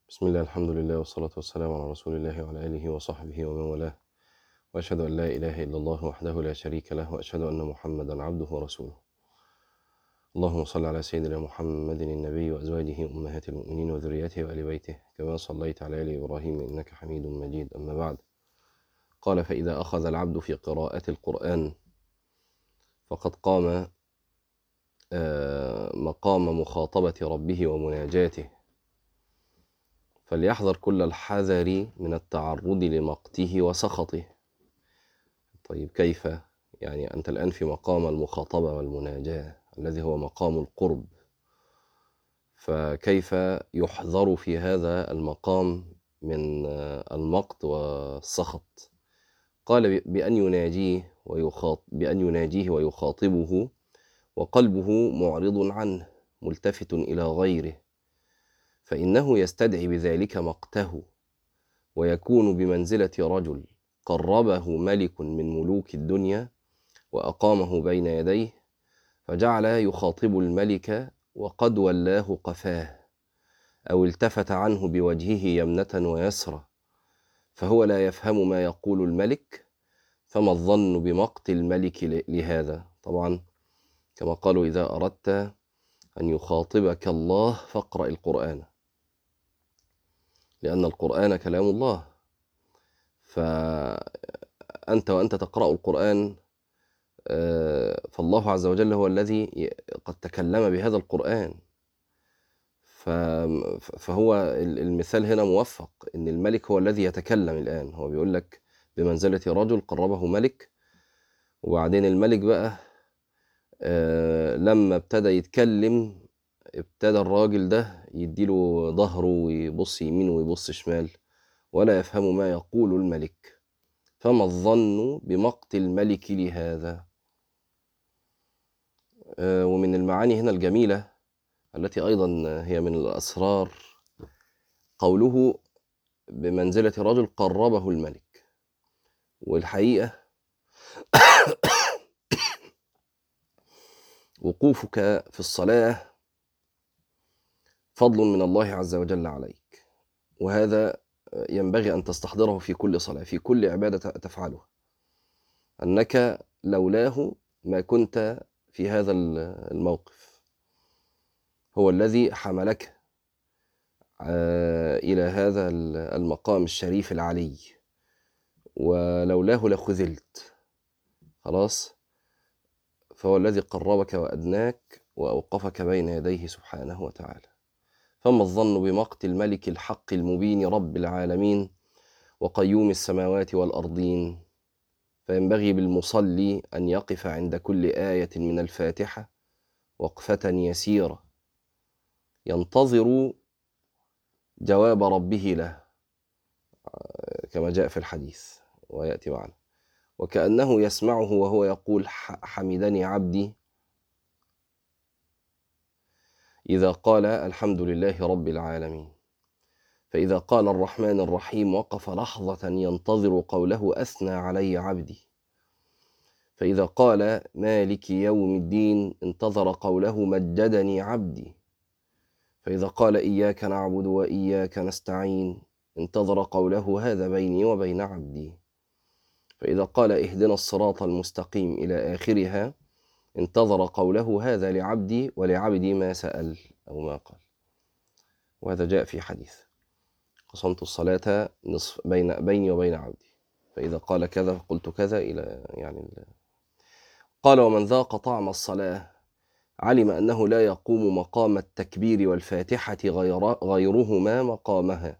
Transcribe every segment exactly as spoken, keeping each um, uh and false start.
بسم الله، الحمد لله، والصلاة والسلام على رسول الله وعلى آله وصحبه ومن والاه، وأشهد أن لا إله إلا الله وحده لا شريك له، وأشهد أن محمدا عبده ورسوله. اللهم صل على سيدنا محمد النبي وأزواجه أمهات المؤمنين وذريته وآل بيته كما صليت على آل إبراهيم إنك حميد مجيد. أما بعد، قال: فإذا أخذ العبد في قراءة القرآن فقد قام مقام مخاطبة ربه ومناجاته، فليحذر كل الحذر من التعرض لمقته وسخطه. طيب كيف؟ يعني أنت الآن في مقام المخاطبة والمناجاة الذي هو مقام القرب، فكيف يحذر في هذا المقام من المقت والسخط؟ قال: بأن يناجيه ويخاطب بأن يناجيه ويخاطبه وقلبه معرض عنه ملتفت إلى غيره، فإنه يستدعي بذلك مقته، ويكون بمنزلة رجل قربه ملك من ملوك الدنيا وأقامه بين يديه، فجعل يخاطب الملك وقد ولاه قفاه، أو التفت عنه بوجهه يمنة ويسرى، فهو لا يفهم ما يقول الملك، فما الظن بمقت الملك لهذا؟ طبعا كما قالوا: إذا أردت أن يخاطبك الله فاقرأ القرآن، لأن القرآن كلام الله، فأنت وأنت تقرأ القرآن فالله عز وجل هو الذي قد تكلم بهذا القرآن، فهو المثال هنا موفق، إن الملك هو الذي يتكلم. الآن هو بيقول لك بمنزلة رجل قربه ملك، وبعدين الملك بقى لما ابتدى يتكلم ابتدى الراجل ده يديله ظهره ويبص يمين ويبص شمال ولا يفهم ما يقول الملك، فما الظن بمقت الملك لهذا؟ ومن المعاني هنا الجميلة التي أيضا هي من الأسرار قوله بمنزلة رجل قربه الملك. والحقيقة وقوفك في الصلاة فضل من الله عز وجل عليك، وهذا ينبغي أن تستحضره في كل صلاة، في كل عبادة تفعلها، أنك لولاه ما كنت في هذا الموقف. هو الذي حملك إلى هذا المقام الشريف العلي، ولولاه لخذلت. خلاص، فهو الذي قربك وأدناك وأوقفك بين يديه سبحانه وتعالى. فما الظن بمقت الملك الحق المبين رب العالمين وقيوم السماوات والأرضين؟ فينبغي بالمصلي أن يقف عند كل آية من الفاتحة وقفة يسيرة ينتظر جواب ربه له، كما جاء في الحديث ويأتي معنا، وكأنه يسمعه وهو يقول: حمدني عبدي، إذا قال الحمد لله رب العالمين. فإذا قال الرحمن الرحيم وقف لحظة ينتظر قوله: أثنى علي عبدي. فإذا قال مالك يوم الدين انتظر قوله: مجدني عبدي. فإذا قال إياك نعبد وإياك نستعين انتظر قوله: هذا بيني وبين عبدي. فإذا قال اهدنا الصراط المستقيم إلى آخرها انتظر قوله: هذا لعبدي ولعبدي ما سأل أو ما قال. وهذا جاء في حديث: قسمت الصلاة نصف بين بيني وبين عبدي، فإذا قال كذا فقلت كذا إلى يعني. قال: ومن ذاق طعم الصلاة علم أنه لا يقوم مقام التكبير والفاتحة غير غيرهما مقامها.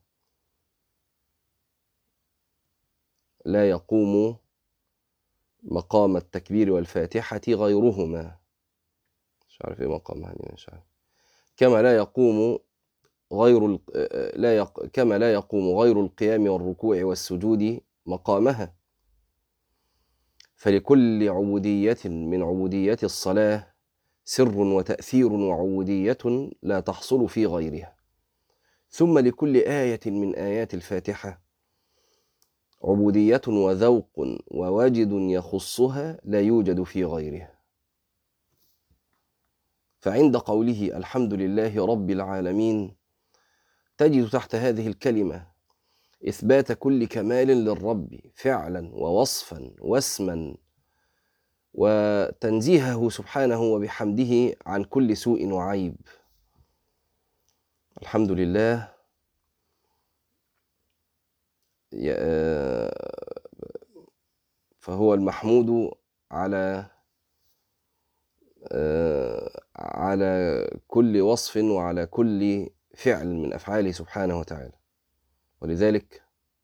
لا يقوم مقام التكبير والفاتحة غيرهما، مش عارف ايه مقامها دي، مش عارف. كما لا يقوم غير لا يق... كما لا يقوم غير القيام والركوع والسجود مقامها. فلكل عبودية من عبوديات الصلاة سر وتأثير وعبودية لا تحصل في غيرها. ثم لكل آية من آيات الفاتحة عبودية وذوق ووجد يخصها لا يوجد في غيرها. فعند قوله الحمد لله رب العالمين تجد تحت هذه الكلمة إثبات كل كمال للرب فعلا ووصفا واسما، وتنزيهه سبحانه وبحمده عن كل سوء وعيب. الحمد لله فهو المحمود على على كل وصف وعلى كل فعل من أفعاله سبحانه وتعالى. ولذلك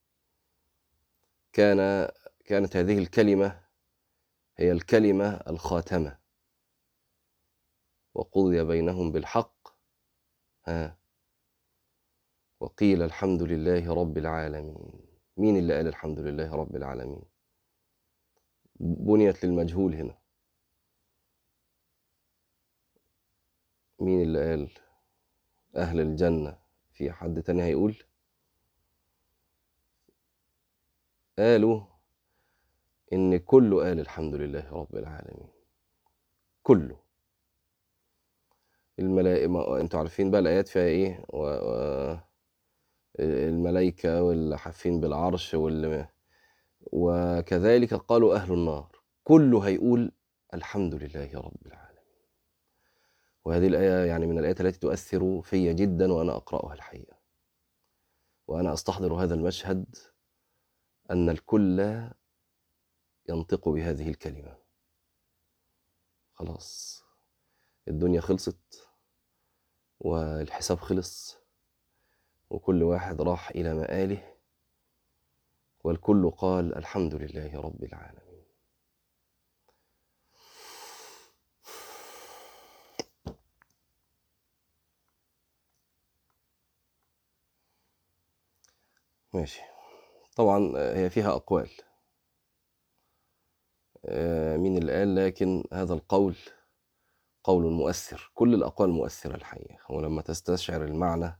كان كانت هذه الكلمة هي الكلمة الخاتمة، وقضي بينهم بالحق ها وقيل الحمد لله رب العالمين. مين اللي قال الحمد لله رب العالمين؟ بنيت للمجهول هنا. مين اللي قال؟ أهل الجنة. في حد تاني هيقول؟ قالوا إن كله قال الحمد لله رب العالمين، كله. الملائكة انتوا عارفين بقى الآيات فيها إيه، و... و... الملائكة واللي حافين بالعرش واللي... وكذلك قالوا أهل النار، كله هيقول الحمد لله رب العالمين. وهذه الآية يعني من الآيات التي تؤثر في جدا وأنا أقرأها الحقيقة، وأنا أستحضر هذا المشهد أن الكل ينطق بهذه الكلمة. خلاص الدنيا خلصت والحساب خلص وكل واحد راح إلى مآله، والكل قال الحمد لله رب العالمين. ماشي. طبعا هي فيها أقوال، مين اللي قال، لكن هذا القول قول مؤثر. كل الأقوال مؤثرة الحقيقة، ولما تستشعر المعنى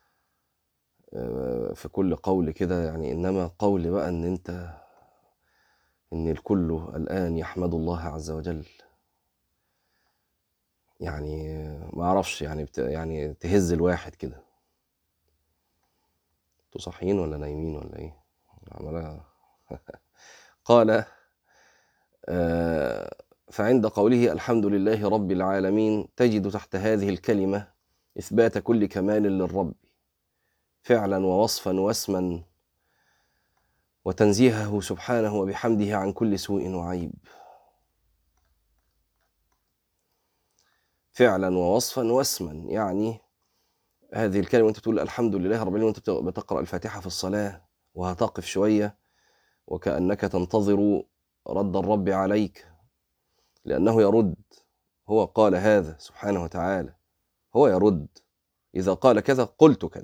في كل قول كده يعني. إنما قول بقى إن أنت إن الكل الآن يحمد الله عز وجل، يعني ما أعرفش يعني بت... يعني تهز الواحد كده. انتوا صاحيين ولا نايمين ولا إيه؟ عملها قال آه فعند قوله الحمد لله رب العالمين تجد تحت هذه الكلمة إثبات كل كمال للرب فعلا ووصفا واسما، وتنزيهه سبحانه وبحمده عن كل سوء وعيب. فعلا ووصفا واسما، يعني هذه الكلمة وانت بتقول الحمد لله رب العالمين وانت بتقرأ الفاتحة في الصلاة، وهتقف شوية وكأنك تنتظر رد الرب عليك، لأنه يرد. هو قال هذا سبحانه وتعالى، هو يرد. إذا قال كذا قلت كذا،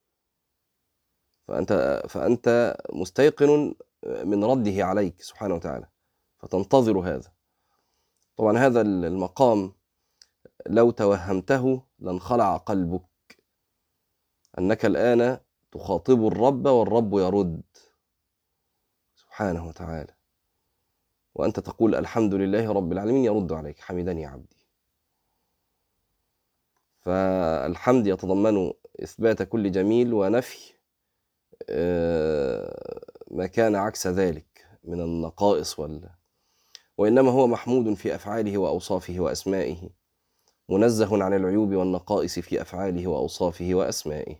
فأنت, فأنت مستيقن من رده عليك سبحانه وتعالى، فتنتظر هذا. طبعا هذا المقام لو توهمته لانخلع قلبك، أنك الآن تخاطب الرب والرب يرد سبحانه وتعالى، وأنت تقول الحمد لله رب العالمين يرد عليك حمدني عبدي. فالحمد يتضمن إثبات كل جميل ونفي ما كان عكس ذلك من النقائص وال... وإنما هو محمود في أفعاله وأوصافه وأسمائه، منزه عن العيوب والنقائص في أفعاله وأوصافه وأسمائه.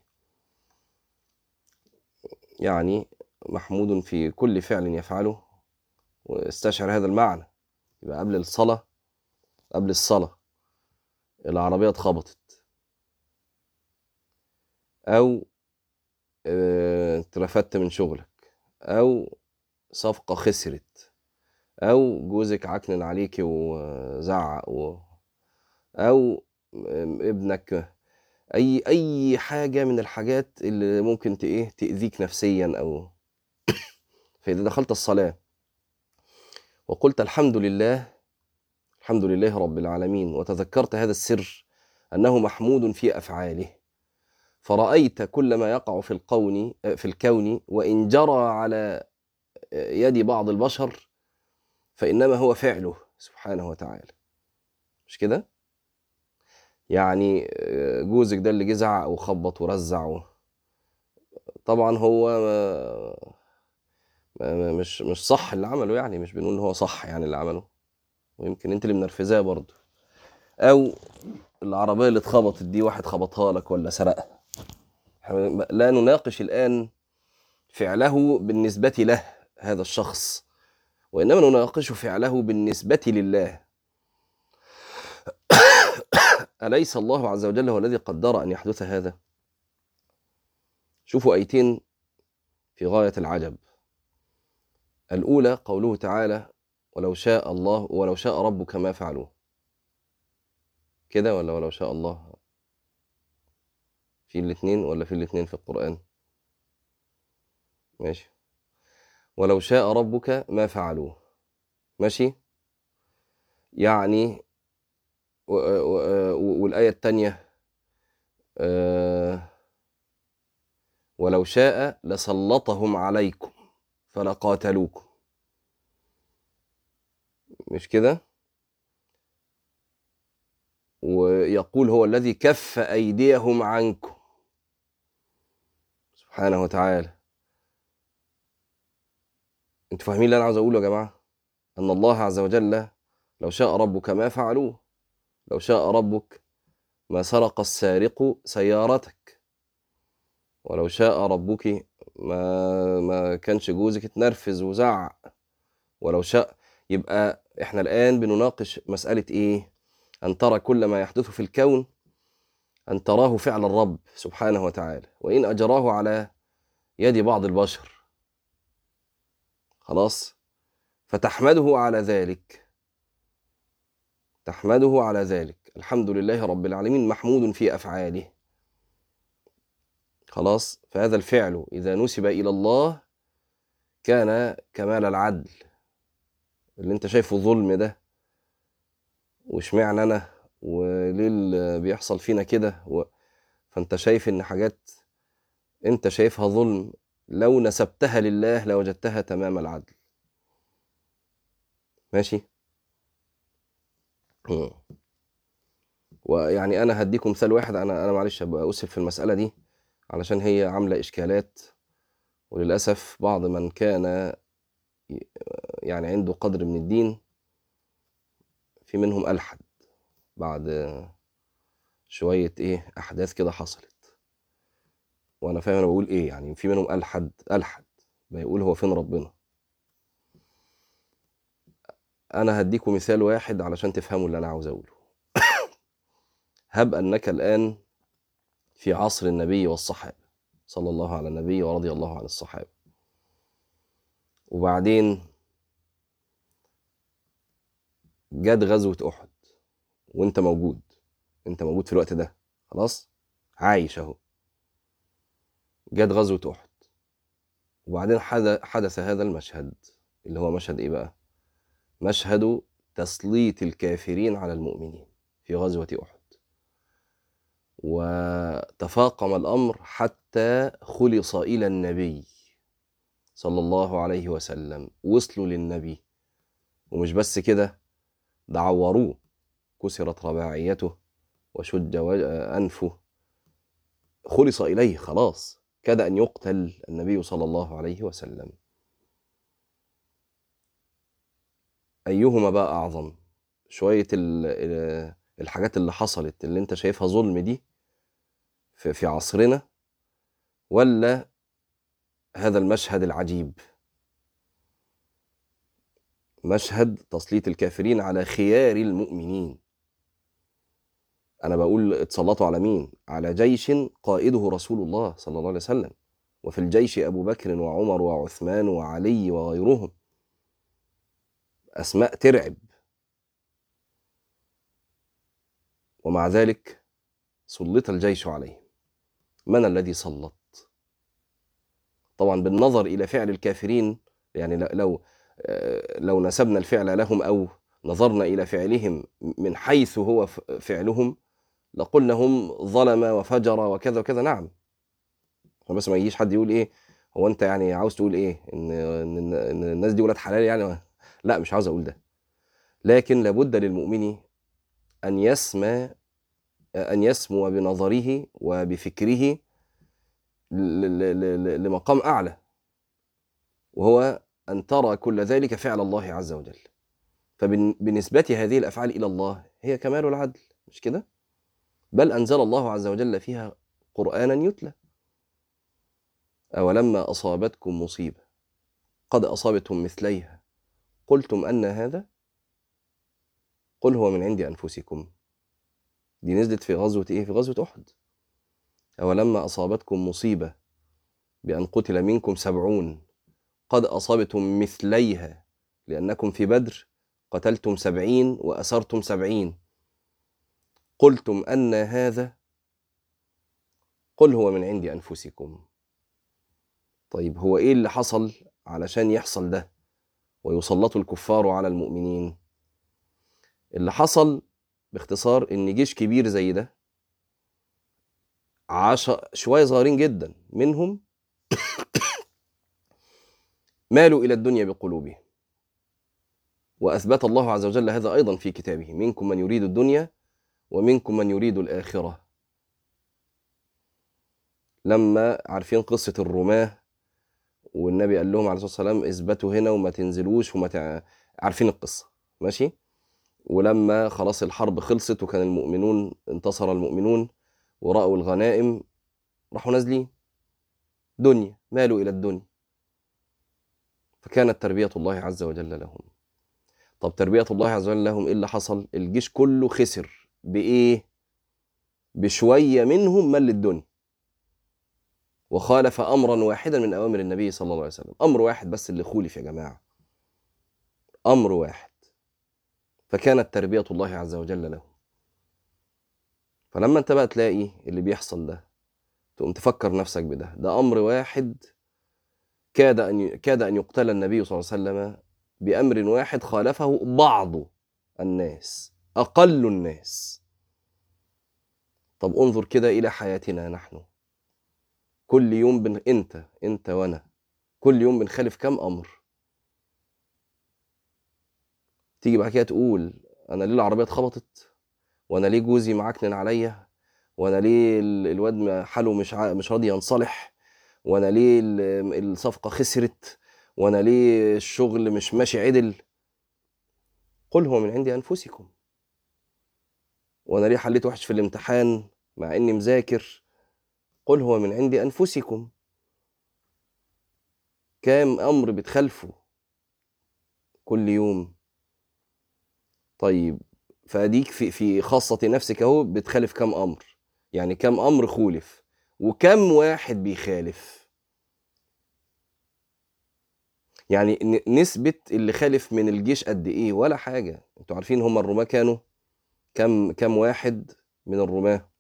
يعني محمود في كل فعل يفعله. واستشعر هذا المعنى. يبقى قبل الصلاة قبل الصلاة العربية اتخبطت، أو اترفدت من شغلك، أو صفقة خسرت، أو جوزك عكنن عليك وزعق، و... أو ابنك، أي أي حاجة من الحاجات اللي ممكن إيه تأذيك نفسيا. أو فإذا دخلت الصلاة وقلت الحمد لله الحمد لله رب العالمين، وتذكرت هذا السر أنه محمود في أفعاله، فرأيت كل ما يقع في الكون في الكون وإن جرى على يد بعض البشر فإنما هو فعله سبحانه وتعالى. مش كده؟ يعني جوزك ده اللي جه زعق وخبط ورزع طبعا هو مش مش صح اللي عمله، يعني مش بنقول ان هو صح يعني اللي عمله، ويمكن انت اللي منرفزاه برضه، او العربيه اللي اتخبطت دي واحد خبطها لك ولا سرقها. لا نناقش الان فعله بالنسبه له هذا الشخص، وانما نناقش فعله بالنسبه لله. اليس الله عز وجل هو الذي قدر ان يحدث هذا؟ شوفوا ايتين في غايه العجب. الاولى قوله تعالى: ولو شاء الله ولو شاء ربك ما فعلوه. كده ولا ولو شاء الله؟ في الاثنين ولا في الاثنين في القرآن؟ ماشي. ولو شاء ربك ما فعلوه. ماشي. يعني و... و... و... والآية الثانية أه... ولو شاء لسلطهم عليكم فلقاتلوكم. مش كده؟ ويقول هو الذي كف أيديهم عنكم سبحانه وتعالى. انتوا فاهمين اللي انا عاوز اقوله يا جماعه؟ ان الله عز وجل لو شاء ربك ما فعلوه. لو شاء ربك ما سرق السارق سيارتك، ولو شاء ربك ما ما كانش جوزك اتنرفز وزعق، ولو شاء. يبقى احنا الآن بنناقش مسألة ايه؟ أن ترى كل ما يحدث في الكون أن تراه فعل الرب سبحانه وتعالى، وإن أجراه على يد بعض البشر. خلاص؟ فتحمده على ذلك، تحمده على ذلك. الحمد لله رب العالمين محمود في أفعاله. خلاص؟ فهذا الفعل إذا نسب إلى الله كان كمال العدل. اللي انت شايفه ظلم ده، واشمعنى انا، وليه اللي بيحصل فينا كده و... فانت شايف ان حاجات انت شايفها ظلم لو نسبتها لله لوجدتها تمام العدل. ماشي. ويعني انا هديكم مثال واحد. انا انا معلش ابقى اسف في المساله دي علشان هي عامله اشكالات، وللاسف بعض من كان يعني عنده قدر من الدين في منهم ألحد بعد شويه ايه احداث كده حصلت. وانا فاهم انا بقول ايه، يعني في منهم الحد الحد بيقول هو فين ربنا. انا هديكم مثال واحد علشان تفهموا اللي انا عاوز اقوله. هب انك الان في عصر النبي والصحابه، صلى الله على النبي ورضي الله عن الصحابه، وبعدين جت غزوه احد وانت موجود، انت موجود في الوقت ده، خلاص عايش اهو. جت غزوه احد وبعدين حدث هذا المشهد، اللي هو مشهد ايه بقى؟ مشهد تسليط الكافرين على المؤمنين في غزوة أحد. وتفاقم الأمر حتى خلص إلى النبي صلى الله عليه وسلم، وصلوا للنبي. ومش بس كده، ده عوروه، كسرت رباعيته وشج أنفه، خلص إليه، خلاص كاد أن يقتل النبي صلى الله عليه وسلم. أيهما بقى أعظم؟ شوية الحاجات اللي حصلت اللي انت شايفها ظلم دي في عصرنا، ولا هذا المشهد العجيب، مشهد تسليط الكافرين على خيار المؤمنين؟ أنا بقول اتسلطوا على مين؟ على جيش قائده رسول الله صلى الله عليه وسلم، وفي الجيش أبو بكر وعمر وعثمان وعلي وغيرهم، أسماء ترعب. ومع ذلك سلط الجيش عليهم. من الذي سلط؟ طبعا بالنظر إلى فعل الكافرين، يعني لو لو نسبنا الفعل لهم أو نظرنا إلى فعلهم من حيث هو فعلهم لقلنا هم ظلم وفجر وكذا وكذا. نعم، بس ما يجيش حد يقول ايه، هو انت يعني عاوز تقول ايه، ان ان, إن الناس دي ولاد حلال يعني؟ لا، مش عاوز اقول ده. لكن لابد للمؤمن ان يسمى ان يسمو بنظره وبفكره لمقام أعلى، وهو أن ترى كل ذلك فعل الله عز وجل. فبنسبة هذه الأفعال إلى الله هي كمال العدل، مش كده؟ بل أنزل الله عز وجل فيها قرآنا يتلى. أولما أصابتكم مصيبة قد أصابتم مثليها قلتم أن هذا قل هو من عند أنفسكم. دي نزلت في غزوة إيه؟ في غزوة أحد. أولما أصابتكم مصيبة بأن قتل منكم سبعون قد أصابتم مثليها لأنكم في بدر قتلتم سبعين وأسرتم سبعين قلتم أن هذا قل هو من عند أنفسكم. طيب هو إيه اللي حصل علشان يحصل ده ويسلط الكفار على المؤمنين؟ اللي حصل باختصار إن جيش كبير زي ده عشر شوية صغيرين جدا منهم مالوا إلى الدنيا بقلوبهم، وأثبت الله عز وجل هذا أيضا في كتابه: منكم من يريد الدنيا ومنكم من يريد الآخرة. لما عارفين قصة الرماة والنبي قال لهم عليه الصلاة والسلام اثبتوا هنا وما تنزلوش وما تع... عارفين القصة ماشي. ولما خلاص الحرب خلصت وكان المؤمنون انتصر المؤمنون ورأوا الغنائم راحوا نازلين دنيا، مالوا إلى الدنيا. فكانت تربية الله عز وجل لهم. طب تربية الله عز وجل لهم إيه اللي حصل؟ الجيش كله خسر بإيه؟ بشوية منهم مل الدنيا وخالف أمرا واحدا من أوامر النبي صلى الله عليه وسلم. أمر واحد بس اللي خولف يا جماعة، أمر واحد. فكانت تربية الله عز وجل لهم. فلما انت بقى تلاقي اللي بيحصل ده تقوم تفكر نفسك بده، ده أمر واحد كاد أن كاد أن يقتل النبي صلى الله عليه وسلم بأمر واحد خالفه بعض الناس، أقل الناس. طب انظر كده إلى حياتنا نحن، كل يوم بن... انت انت وانا كل يوم بنخالف كم امر. تيجي بعد كده تقول انا ليه العربيه اتخبطت، وانا ليه جوزي معكنن عليا، وانا ليه الواد حاله مش ع... مش راضي ينصلح، وانا ليه الصفقه خسرت، وانا ليه الشغل مش ماشي عدل. قل هو من عند انفسكم. وانا ليه حليت وحش في الامتحان مع اني مذاكر. قل هو من عند انفسكم. كام امر بتخالفه كل يوم. طيب فاديك في في خاصة نفسك اهو بتخالف كم امر، يعني كم امر خولف وكم واحد بيخالف. يعني نسبة اللي خالف من الجيش قد ايه؟ ولا حاجة. انتوا عارفين هم الرماة كانوا كم كم واحد من الرماة؟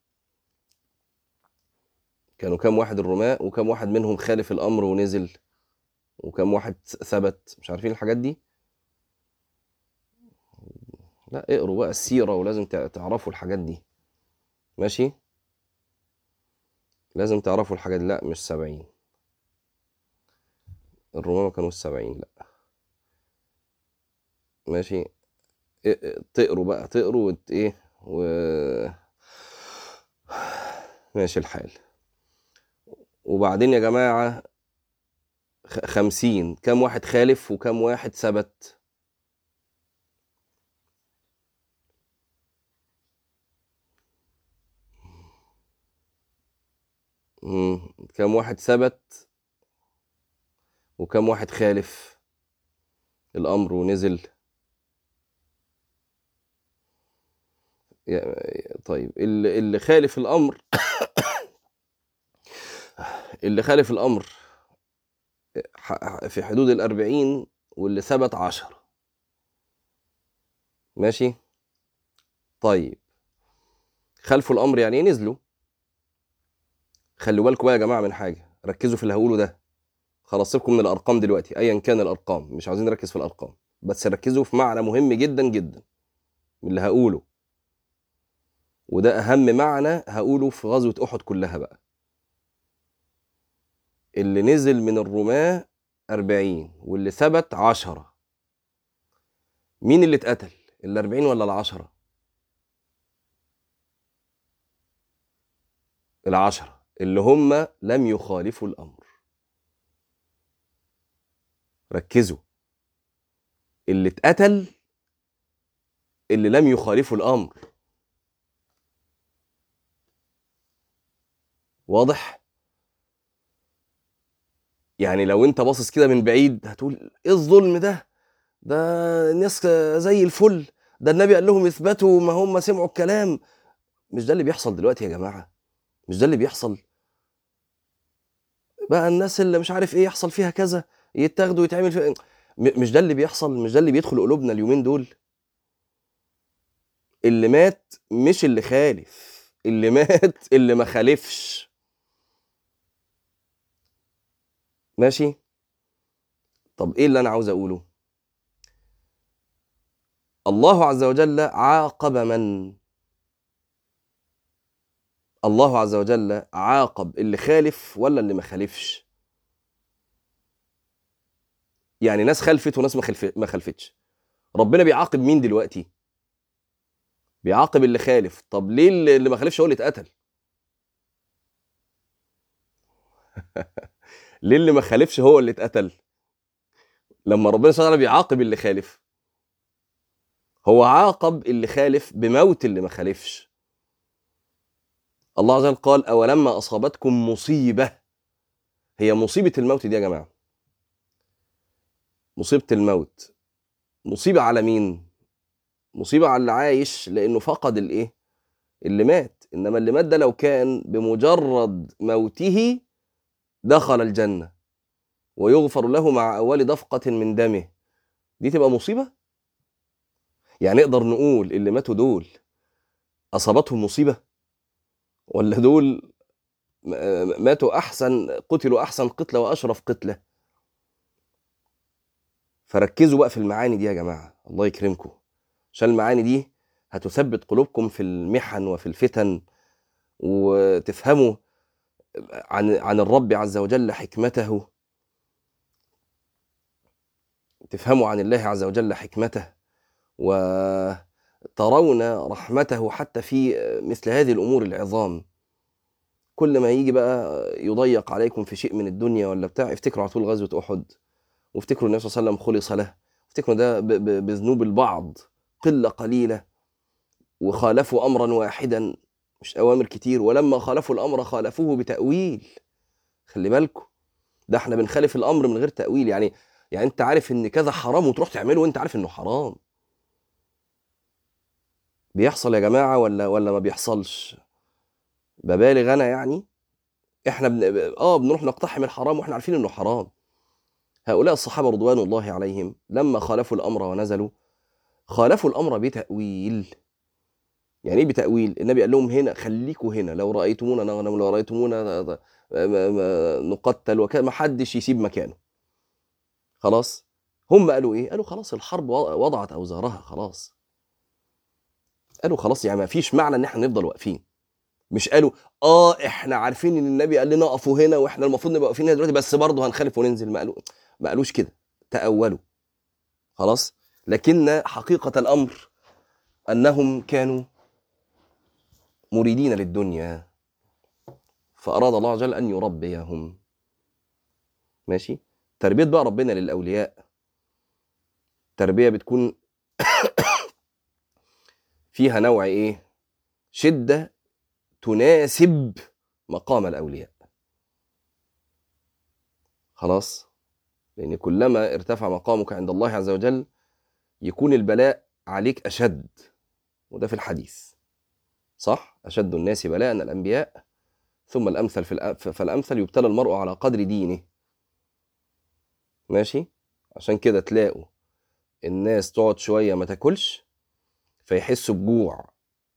كانوا كم واحد الرماة وكم واحد منهم خالف الامر ونزل وكم واحد ثبت؟ مش عارفين الحاجات دي؟ لا اقروا بقى السيرة ولازم تعرفوا الحاجات دي ماشي. لازم تعرفوا الحاجات دي. لا مش سبعين، الرماة ما كانوا السبعين لا ماشي. تقروا بقى تقروا وت... ايه و ماشي الحال. وبعدين يا جماعة خمسين كم واحد خالف وكم واحد ثبت؟ مم. كم واحد ثبت وكم واحد خالف الأمر ونزل؟ طيب اللي, اللي خالف الأمر اللي خالف الأمر في حدود الأربعين واللي ثبت عشرة ماشي. طيب خلفوا الأمر يعني ايه؟ نزلوا. خلوا بالكم بقى يا جماعة من حاجة، ركزوا في اللي هقوله ده. خلاص سيبكم من الأرقام دلوقتي، أيا كان الأرقام مش عايزين نركز في الأرقام، بس ركزوا في معنى مهم جدا جدا من اللي هقوله. وده أهم معنى هقوله في غزوة أحد كلها بقى. اللي نزل من الرماة أربعين واللي ثبت عشرة، مين اللي اتقتل؟ الأربعين ولا العشرة؟ العشرة. اللي هم لم يخالفوا الأمر. ركزوا، اللي اتقتل اللي لم يخالفوا الأمر. واضح؟ يعني لو انت باصص كده من بعيد هتقول ايه الظلم ده؟ ده الناس زي الفل، ده النبي قال لهم اثبتوا ما هم سمعوا الكلام. مش ده اللي بيحصل دلوقتي يا جماعة؟ مش ده اللي بيحصل؟ بقى الناس اللي مش عارف ايه يحصل فيها كذا يتاخدوا ويتعمل فيها. مش ده اللي بيحصل؟ مش ده اللي بيدخل قلوبنا اليومين دول؟ اللي مات مش اللي خالف، اللي مات اللي ما خالفش. ماشي؟ طب ايه اللي انا عاوز اقوله؟ الله عز وجل عاقب من؟ الله عز وجل عاقب اللي خالف ولا اللي ما خالفش؟ يعني ناس خلفت وناس ما خلف ما خلفتش. ربنا بيعاقب مين دلوقتي؟ بيعاقب اللي خالف. طب ليه اللي ما خالفش هو اللي اتقتل؟ ليه اللي ما خالفش هو اللي اتقتل؟ لما ربنا سبحانه وتعالى بيعاقب اللي خالف، هو عاقب اللي خالف بموت اللي ما خالفش. الله عز وجل قال أولما أصابتكم مصيبة. هي مصيبة الموت دي يا جماعة، مصيبة الموت مصيبة على مين؟ مصيبة على اللي عايش لأنه فقد الإيه؟ اللي مات. إنما اللي مات ده لو كان بمجرد موته دخل الجنة ويغفر له مع أول دفقة من دمه، دي تبقى مصيبة؟ يعني نقدر نقول اللي ماتوا دول أصابتهم مصيبة؟ ولا دول ماتوا أحسن، قتلوا أحسن قتلة وأشرف قتلة؟ فركزوا بقى في المعاني دي يا جماعة، الله يكرمكم، عشان المعاني دي هتثبت قلوبكم في المحن وفي الفتن، وتفهموا عن عن الرب عز وجل حكمته، تفهموا عن الله عز وجل حكمته، وترون رحمته حتى في مثل هذه الأمور العظام. كل ما يجي بقى يضيق عليكم في شيء من الدنيا ولا بتاع، افتكروا على طول غزوة أحد، وافتكروا النبي صلى الله عليه وسلم خلص له، افتكروا ده بذنوب البعض قلة قليلة، وخالفوا أمرا واحدا مش أوامر كتير، ولما خالفوا الأمر خالفوه بتأويل. خلي بالكم، ده احنا بنخالف الأمر من غير تأويل. يعني يعني أنت عارف إن كذا حرام وتروح تعمله وأنت عارف إنه حرام. بيحصل يا جماعة ولا ولا ما بيحصلش؟ ببالغ أنا يعني؟ احنا بن... اه بنروح نقتحم الحرام واحنا عارفين إنه حرام. هؤلاء الصحابة رضوان الله عليهم لما خالفوا الأمر ونزلوا، خالفوا الأمر بتأويل. يعني ايه بتأويل؟ النبي قال لهم هنا خليكوا هنا، لو رأيتمونا نغنم، لو رأيتمونا نقتل، وكان ما حدش يسيب مكانه. خلاص. هم قالوا ايه؟ قالوا خلاص الحرب وضعت أوزارها، خلاص. قالوا خلاص يعني ما فيش معنى ان احنا نفضل واقفين. مش قالوا اه احنا عارفين ان النبي قال لنا اقفوا هنا واحنا المفروض نبقى واقفين هنا دلوقتي بس برضه هنخالف وننزل. ما قالوا ما قالوش كده، تأولوا. خلاص. لكن حقيقة الأمر أنهم كانوا مريدين للدنيا، فأراد الله عز وجل أن يربيهم. ماشي؟ تربية بقى ربنا للأولياء تربية بتكون فيها نوع إيه؟ شدة تناسب مقام الأولياء. خلاص؟ لأن كلما ارتفع مقامك عند الله عز وجل يكون البلاء عليك أشد، وده في الحديث صح؟ أشد الناس بلاء الأنبياء ثم الأمثل فالأمثل، يبتلى المرء على قدر دينه. ماشي؟ عشان كده تلاقوا الناس تقعد شوية ما تاكلش فيحسوا بجوع،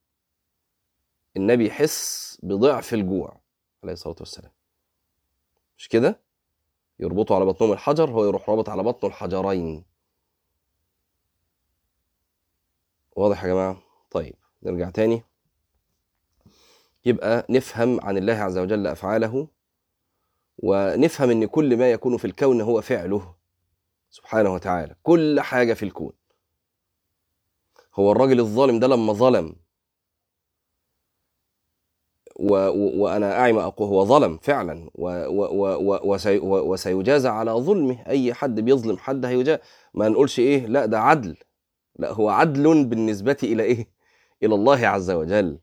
النبي يحس بضعف الجوع عليه الصلاة والسلام. مش كده؟ يربطوا على بطنهم الحجر، هو يروح رابط على بطنه الحجرين. واضح يا جماعة؟ طيب نرجع تاني. يبقى نفهم عن الله عز وجل أفعاله، ونفهم ان كل ما يكون في الكون هو فعله سبحانه وتعالى. كل حاجة في الكون. هو الراجل الظالم ده لما ظلم وأنا أعي ما أقول، هو ظلم فعلا وسيجازى على ظلمه. أي حد بيظلم حد هيجازى. ما نقولش إيه لا ده عدل، لا هو عدل بالنسبة إلى إيه؟ إلى الله عز وجل،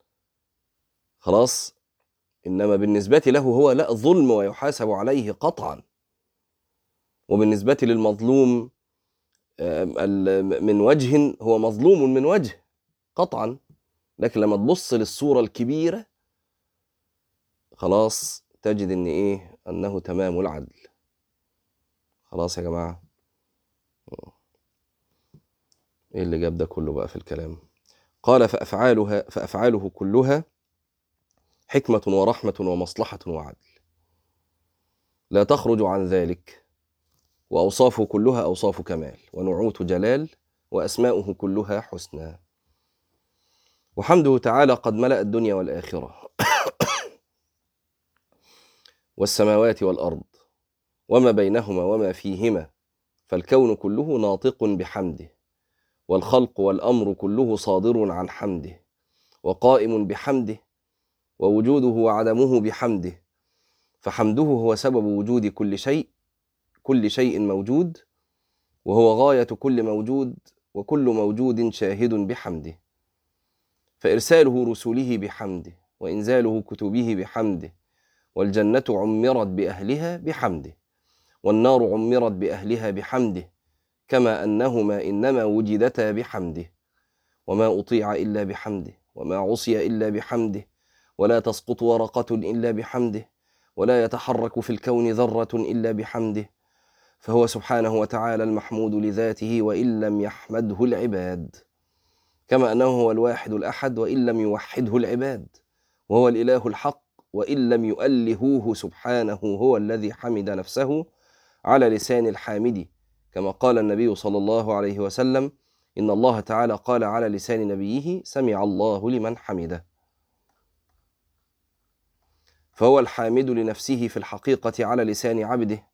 خلاص. إنما بالنسبة له هو لا ظلم ويحاسب عليه قطعا. وبالنسبة للمظلوم من وجه هو مظلوم من وجه قطعا. لكن لما تبص للصورة الكبيرة خلاص تجد ان ايه انه تمام العدل. خلاص يا جماعة، ايه اللي جاب ده كله بقى في الكلام؟ قال فأفعالها فأفعاله كلها حكمة ورحمة ومصلحة وعدل، لا تخرج عن ذلك. وأوصافه كلها أوصاف كمال ونعوت جلال، وأسماؤه كلها حسنى. وحمده تعالى قد ملأ الدنيا والآخرة والسماوات والأرض وما بينهما وما فيهما، فالكون كله ناطق بحمده، والخلق والأمر كله صادر عن حمده، وقائم بحمده، ووجوده وعدمه بحمده. فحمده هو سبب وجود كل شيء، كل شيء موجود، وهو غاية كل موجود، وكل موجود شاهد بحمده. فإرساله رسله بحمده، وإنزاله كتبه بحمده، والجنة عمرت بأهلها بحمده، والنار عمرت بأهلها بحمده، كما أنهما إنما وجدتا بحمده. وما أطيع إلا بحمده، وما عصي إلا بحمده، ولا تسقط ورقة إلا بحمده، ولا يتحرك في الكون ذرة إلا بحمده. فهو سبحانه وتعالى المحمود لذاته وإن لم يحمده العباد، كما أنه هو الواحد الأحد وإن لم يوحده العباد، وهو الإله الحق وإن لم يؤلهوه سبحانه. هو الذي حمد نفسه على لسان الحامد، كما قال النبي صلى الله عليه وسلم: إن الله تعالى قال على لسان نبيه: سمع الله لمن حمده. فهو الحامد لنفسه في الحقيقة على لسان عبده،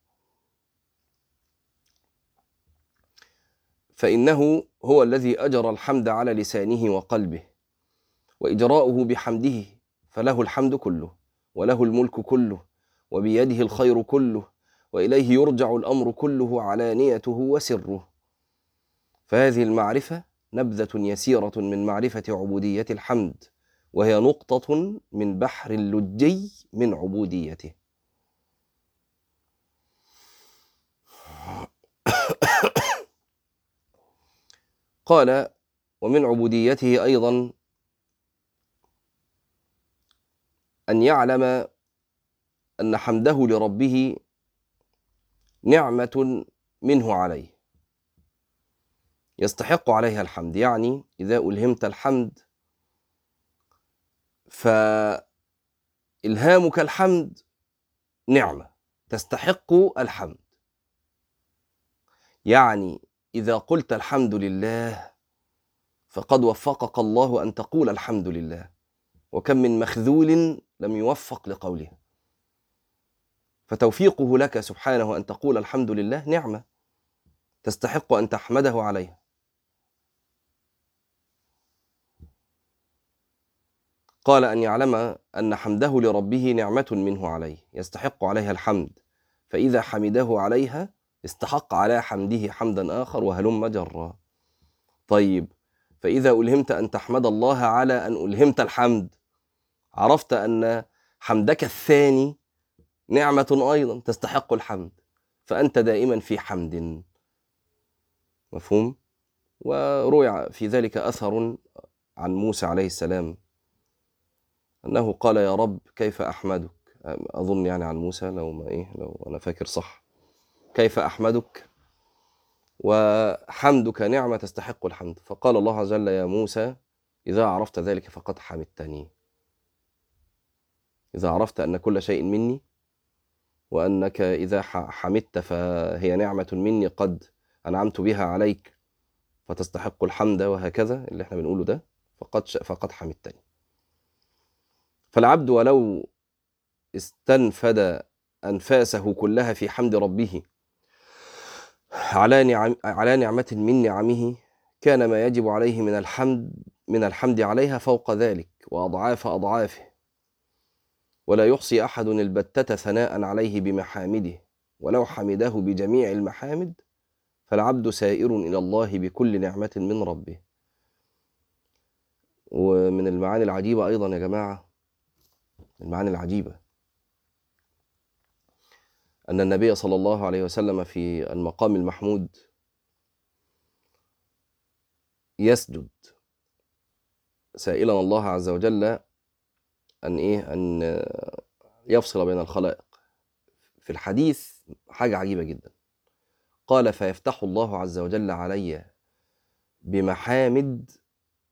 فإنه هو الذي أجرى الحمد على لسانه وقلبه، وإجراؤه بحمده فله الحمد كله، وله الملك كله، وبيده الخير كله، وإليه يرجع الأمر كله علانيته وسره. فهذه المعرفة نبذة يسيرة من معرفة عبودية الحمد، وهي نقطة من بحر اللجي من عبوديته. قال: ومن عبوديته أيضا أن يعلم أن حمده لربه نعمة منه عليه يستحق عليها الحمد. يعني إذا ألهمت الحمد فإلهامك الحمد نعمة تستحق الحمد. يعني إذا قلت الحمد لله فقد وفقك الله أن تقول الحمد لله، وكم من مخذول لم يوفق لقولها، فتوفيقه لك سبحانه أن تقول الحمد لله نعمة تستحق أن تحمده عليها. قال: أن يعلم أن حمده لربه نعمة منه عليه يستحق عليها الحمد، فإذا حمده عليها استحق على حمده حمدا آخر، وهلم جرا. طيب، فإذا ألهمت أن تحمد الله على أن ألهمت الحمد، عرفت أن حمدك الثاني نعمة أيضا تستحق الحمد، فأنت دائما في حمد. مفهوم؟ وروي في ذلك أثر عن موسى عليه السلام أنه قال: يا رب كيف أحمدك؟ أظن يعني عن موسى، لو ما إيه لو أنا فاكر صح، كيف أحمدك وحمدك نعمة تستحق الحمد؟ فقال الله عز وجل: يا موسى إذا عرفت ذلك فقد حمدتني. إذا عرفت أن كل شيء مني، وأنك إذا حمدت فهي نعمة مني قد أنعمت بها عليك فتستحق الحمد، وهكذا اللي احنا بنقوله ده، فقد فقد حمدتني. فالعبد ولو استنفد أنفاسه كلها في حمد ربه على نعم على نعمة من نعمه، كان ما يجب عليه من الحمد من الحمد عليها فوق ذلك وأضعاف أضعافه. ولا يحصي أحد البتة ثناء عليه بمحامده ولو حمده بجميع المحامد فالعبد سائر إلى الله بكل نعمة من ربه. ومن المعاني العجيبة أيضا يا جماعة، المعاني العجيبة أن النبي صلى الله عليه وسلم في المقام المحمود يسجد سائلا الله عز وجل أن إيه أن يفصل بين الخلائق. في الحديث حاجة عجيبة جدا، قال فيفتح الله عز وجل علي بمحامد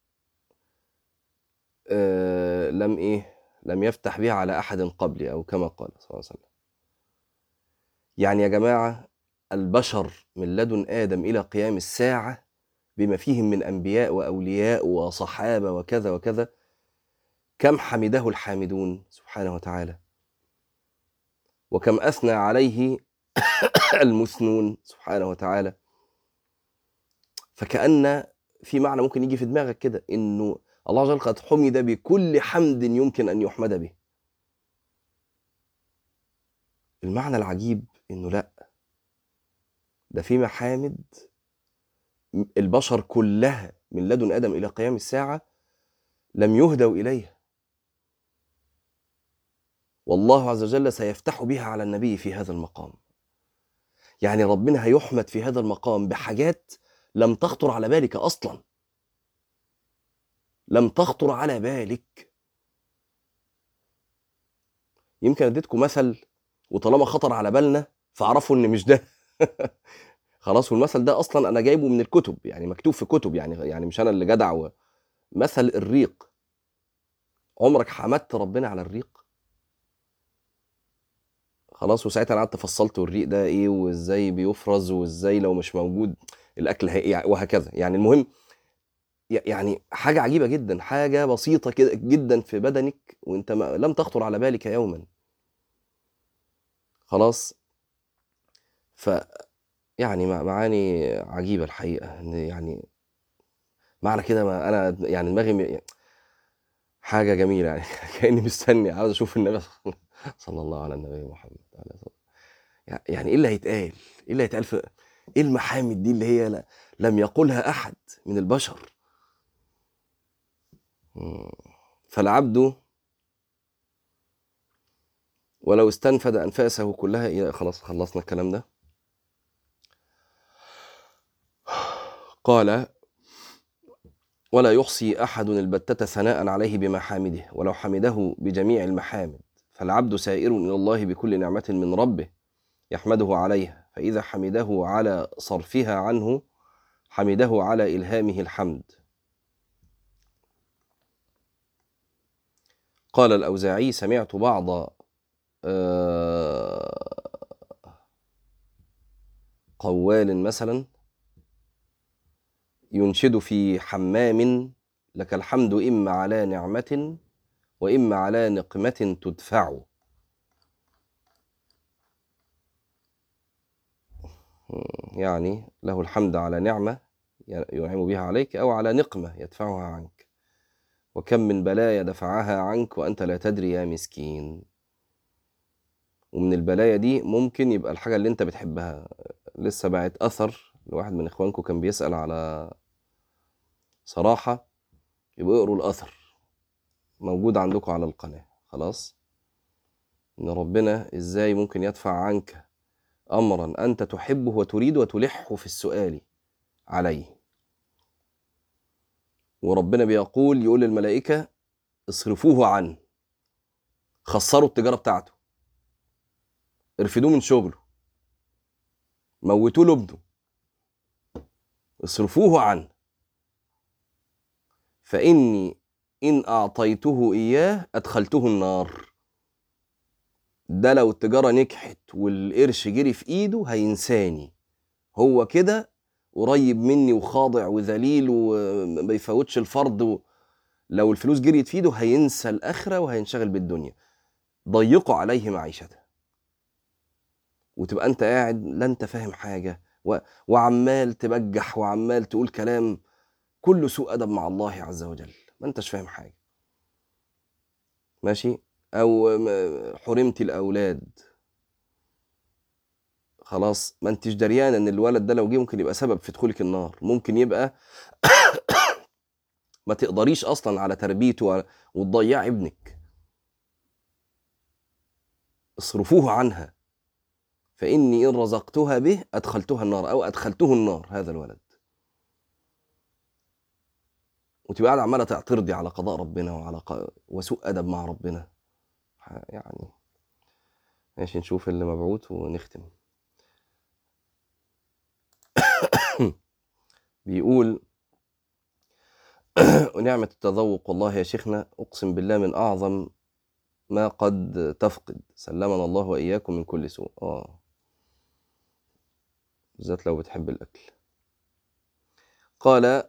آه لم إيه لم يفتح بها على أحد قبلي، أو كما قال صلى الله عليه وسلم. يعني يا جماعة البشر من لدن آدم إلى قيام الساعة بما فيهم من أنبياء وأولياء وصحابة وكذا وكذا، كم حمده الحامدون سبحانه وتعالى، وكم أثنى عليه المثنون سبحانه وتعالى. فكأن في معنى ممكن يجي في دماغك كده، إنه الله عز وجل قد حمد بكل حمد يمكن أن يحمد به. المعنى العجيب إنه لأ، ده في محامد البشر كلها من لدن آدم إلى قيام الساعة لم يهدوا إليها، والله عز وجل سيفتح بها على النبي في هذا المقام. يعني ربنا هيحمد في هذا المقام بحاجات لم تخطر على بالك أصلا، لم تخطر على بالك. يمكن اديتكم مثل وطالما خطر على بالنا فاعرفوا ان مش ده خلاص. والمثل ده اصلا انا جايبه من الكتب، يعني مكتوب في كتب، يعني يعني مش انا اللي جدع و... مثل الريق. عمرك حمدت ربنا على الريق؟ خلاص. وساعتها انا قعدت فصلت الريق ده ايه وازاي بيفرز وازاي لو مش موجود الاكل هي... وهكذا. يعني المهم يعني حاجه عجيبه جدا، حاجه بسيطه كده جدا في بدنك وانت ما... لم تخطر على بالك يوما. خلاص. ف يعني معاني عجيبه الحقيقه، ان يعني معنى كده ما انا يعني دماغي حاجه جميله يعني كاني مستني عاوز اشوف النبي صلى الله على النبي محمد عليه الصلاه والسلام. يعني ايه اللي هيتقال؟ ايه اللي هيتقال في ايه المحامد دي اللي هي لا لم يقولها احد من البشر؟ فالعبد ولو استنفد انفاسه كلها. خلاص خلصنا الكلام ده. قال ولا يحصي أحد البتة ثناء عليه بمحامده ولو حمده بجميع المحامد فالعبد سائر إلى الله بكل نعمة من ربه يحمده عليها، فإذا حمده على صرفها عنه حمده على إلهامه الحمد. قال الأوزاعي سمعت بعض قوال مثلا ينشد في حمام لك الحمد إما على نعمة وإما على نقمة تدفع. يعني له الحمد على نعمة ينعم بها عليك أو على نقمة يدفعها عنك، وكم من بلايا دفعها عنك وأنت لا تدري يا مسكين. ومن البلايا دي ممكن يبقى الحاجة اللي انت بتحبها. لسه بعت أثر لواحد من إخوانكم كان بيسأل على صراحة، يبقى اقروا الأثر موجود عندكم على القناة. خلاص. إن ربنا إزاي ممكن يدفع عنك أمرا أنت تحبه وتريد وتلح في السؤال عليه. وربنا بيقول يقول للملائكة اصرفوه عنه، خسروا التجارة بتاعته، ارفدوه من شغله، موتوه له ابنه، اصرفوه عنه، فإني إن أعطيته إياه أدخلته النار. ده لو التجارة نجحت والقرش جري في إيده هينساني، هو كده قريب مني وخاضع وذليل وما بيفوتش الفرض و... لو الفلوس جريت في إيده هينسى الآخرة وهينشغل بالدنيا. ضيقوا عليه معيشته، وتبقى أنت قاعد لا أنت فاهم حاجة و... وعمال تبجح وعمال تقول كلام كله سوء أدب مع الله عز وجل، ما أنتش فاهم حاجة. ماشي. أو حرمت الأولاد، خلاص ما انتش دريان ان الولد ده لو جه ممكن يبقى سبب في دخولك النار، ممكن يبقى ما تقدريش اصلا على تربيته وتضيعي ابنك. اصرفوه عنها فاني ان رزقتها به ادخلتها النار او ادخلته النار هذا الولد. وتبقى قاعده عماله تعترضي على قضاء ربنا وعلى ق... وسوء ادب مع ربنا يعني. ماشي نشوف اللي مبعوث ونختم. بيقول ونعمة التذوق والله يا شيخنا أقسم بالله من أعظم ما قد تفقد، سلمنا الله وإياكم من كل سوء. آه بالذات لو بتحب الأكل. قال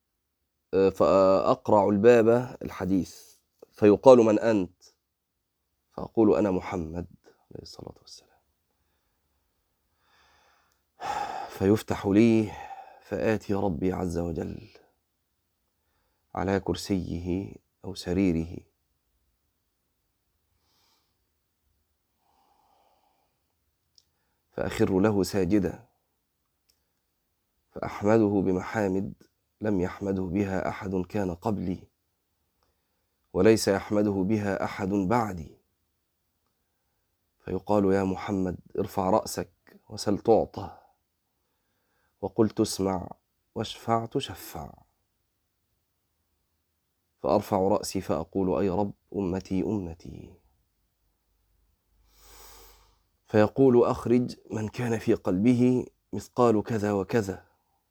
فأقرع الباب الحديث فيقال من أنت؟ فأقول أنا محمد عليه الصلاة والسلام. فيفتح لي فآتي ربي عز وجل على كرسيه أو سريره فأخر له ساجدا فأحمده بمحامد لم يحمده بها أحد كان قبلي وليس يحمده بها أحد بعدي. فيقال يا محمد ارفع رأسك وسل تعطى وقل تسمع واشفع تشفع. فأرفع رأسي فأقول أي رب أمتي أمتي. فيقول أخرج من كان في قلبه مثقال كذا وكذا.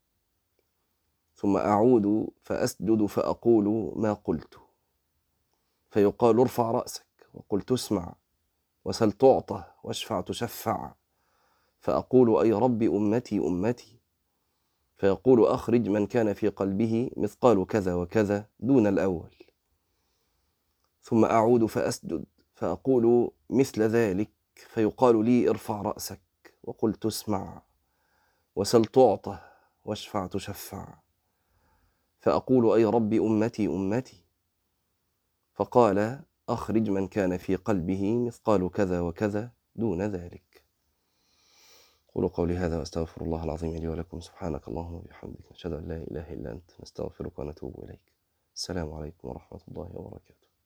ثم أعود فأسجد فأقول ما قلت. فيقال ارفع رأسك وقل تسمع وسل تعطى واشفع تشفع. فأقول أي رب أمتي أمتي. فيقول أخرج من كان في قلبه مثقال كذا وكذا دون الأول. ثم أعود فأسجد فأقول مثل ذلك. فيقال لي ارفع رأسك وقل تسمع وسل تعطى واشفع تشفع. فأقول أي رب أمتي أمتي. فقال أخرج من كان في قلبه مثقال كذا وكذا دون ذلك. قولوا قولي هذا وأستغفر الله العظيم لي ولكم. سبحانك اللهم وبحمدك نشهد أن لا إله إلا أنت نستغفرك ونتوب إليك. السلام عليكم ورحمة الله وبركاته.